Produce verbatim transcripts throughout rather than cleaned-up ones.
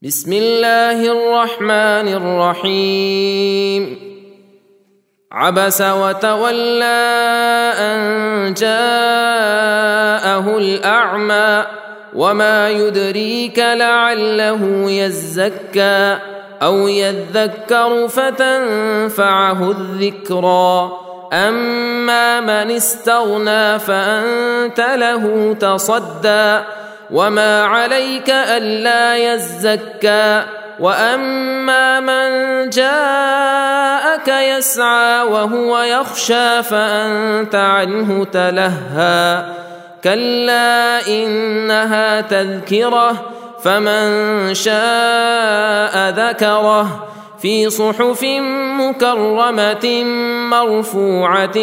بسم الله الرحمن الرحيم عبس وتولى أن جاءه الأعمى وما يدريك لعله يزكى أو يذكر فتنفعه الذكرى أما من استغنى فأنت له تصدى وما عليك ألا يزكى وأما من جاءك يسعى وهو يخشى فأنت عنه تلهى كلا إنها تذكرة فمن شاء ذكره في صحف مكرمة مرفوعة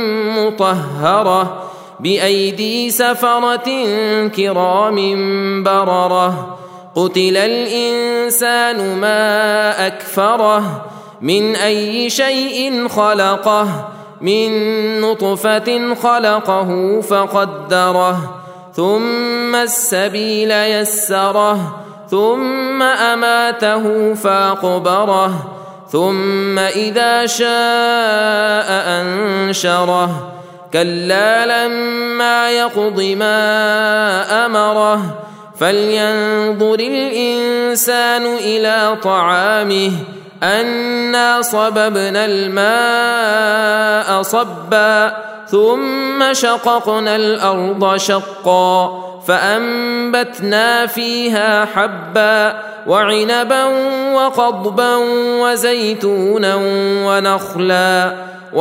مطهرة بأيدي سفرة كرام بررة قتل الإنسان ما أكفره من أي شيء خلقه من نطفة خلقه فقدره ثم السبيل يسره ثم أماته فأقبره ثم إذا شاء أنشره كلا لما يقض ما أمره فلينظر الإنسان إلى طعامه أنا صببنا الماء صبا ثم شققنا الأرض شقا فأنبتنا فيها حبا وعنبا وقضبا وزيتونا ونخلا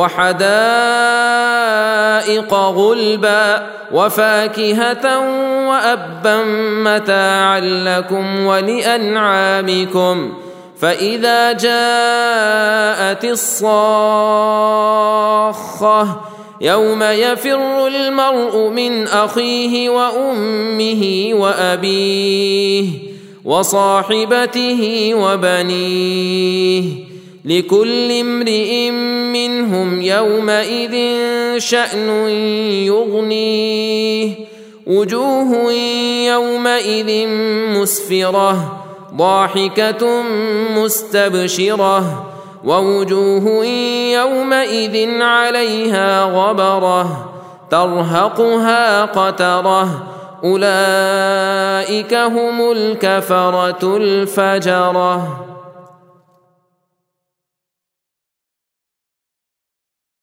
وحدائق غلبا وفاكهة وأبا متاعا لكم ولأنعامكم فإذا جاءت الصاخة يوم يفر المرء من أخيه وأمه وأبيه وصاحبته وبنيه لكل امرئ منهم يومئذ شأن يغنيه وجوه يومئذ مسفرة ضاحكة مستبشرة ووجوه يومئذ عليها غبرة ترهقها قترة أولئك هم الكفرة الفجرة.